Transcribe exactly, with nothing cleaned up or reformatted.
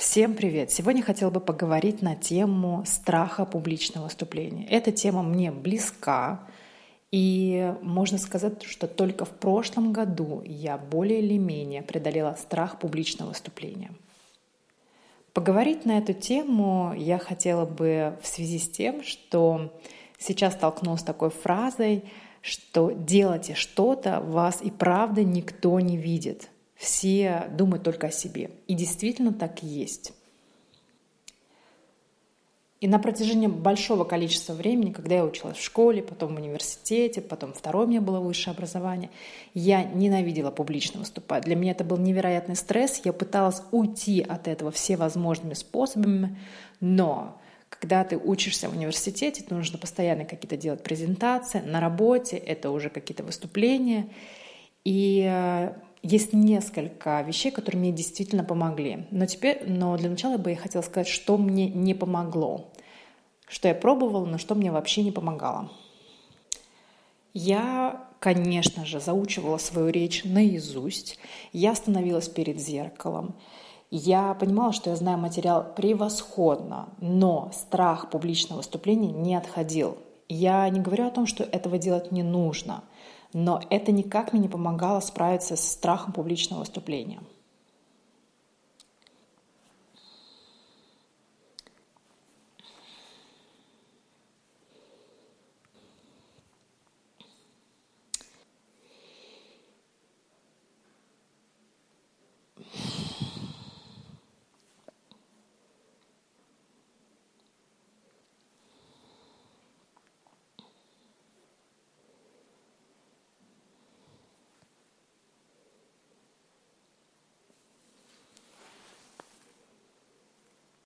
Всем привет! Сегодня хотела бы поговорить на тему страха публичного выступления. Эта тема мне близка, и можно сказать, что только в прошлом году я более или менее преодолела страх публичного выступления. Поговорить на эту тему я хотела бы в связи с тем, что сейчас столкнулась с такой фразой, что делайте что-то, вас и правда никто не видит. Все думают только о себе. И действительно так и есть. И на протяжении большого количества времени, когда я училась в школе, потом в университете, потом второе у меня было высшее образование, я ненавидела публично выступать. Для меня это был невероятный стресс. Я пыталась уйти от этого всевозможными способами, но когда ты учишься в университете, то нужно постоянно какие-то делать презентации, на работе это уже какие-то выступления. И есть несколько вещей, которые мне действительно помогли. Но, теперь, но для начала бы я хотела сказать, что мне не помогло. Что я пробовала, но что мне вообще не помогало. Я, конечно же, заучивала свою речь наизусть. Я становилась перед зеркалом. Я понимала, что я знаю материал превосходно, но страх публичного выступления не отходил. Я не говорю о том, что этого делать не нужно, но это никак мне не помогало справиться с страхом публичного выступления.